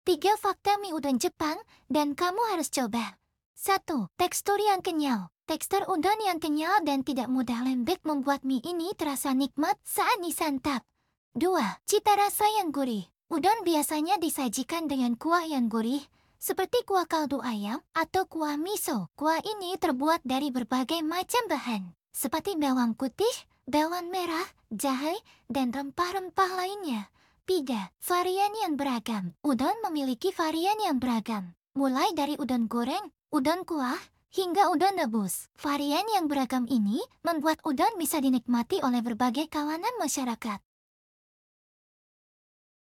3 fakta mie udon Jepang dan kamu harus coba. 1. Tekstur yang kenyal. Tekstur udon yang kenyal dan tidak mudah lembek membuat mie ini terasa nikmat saat disantap. 2. Cita rasa yang gurih. Udon biasanya disajikan dengan kuah yang gurih, seperti kuah kaldu ayam atau kuah miso. Kuah ini terbuat dari berbagai macam bahan, seperti bawang putih, bawang merah, jahe, dan rempah-rempah lainnya. 3. Varian yang beragam. Udon memiliki varian yang beragam, mulai dari udon goreng, udon kuah, hingga udon rebus. Varian yang beragam ini membuat udon bisa dinikmati oleh berbagai kalangan masyarakat.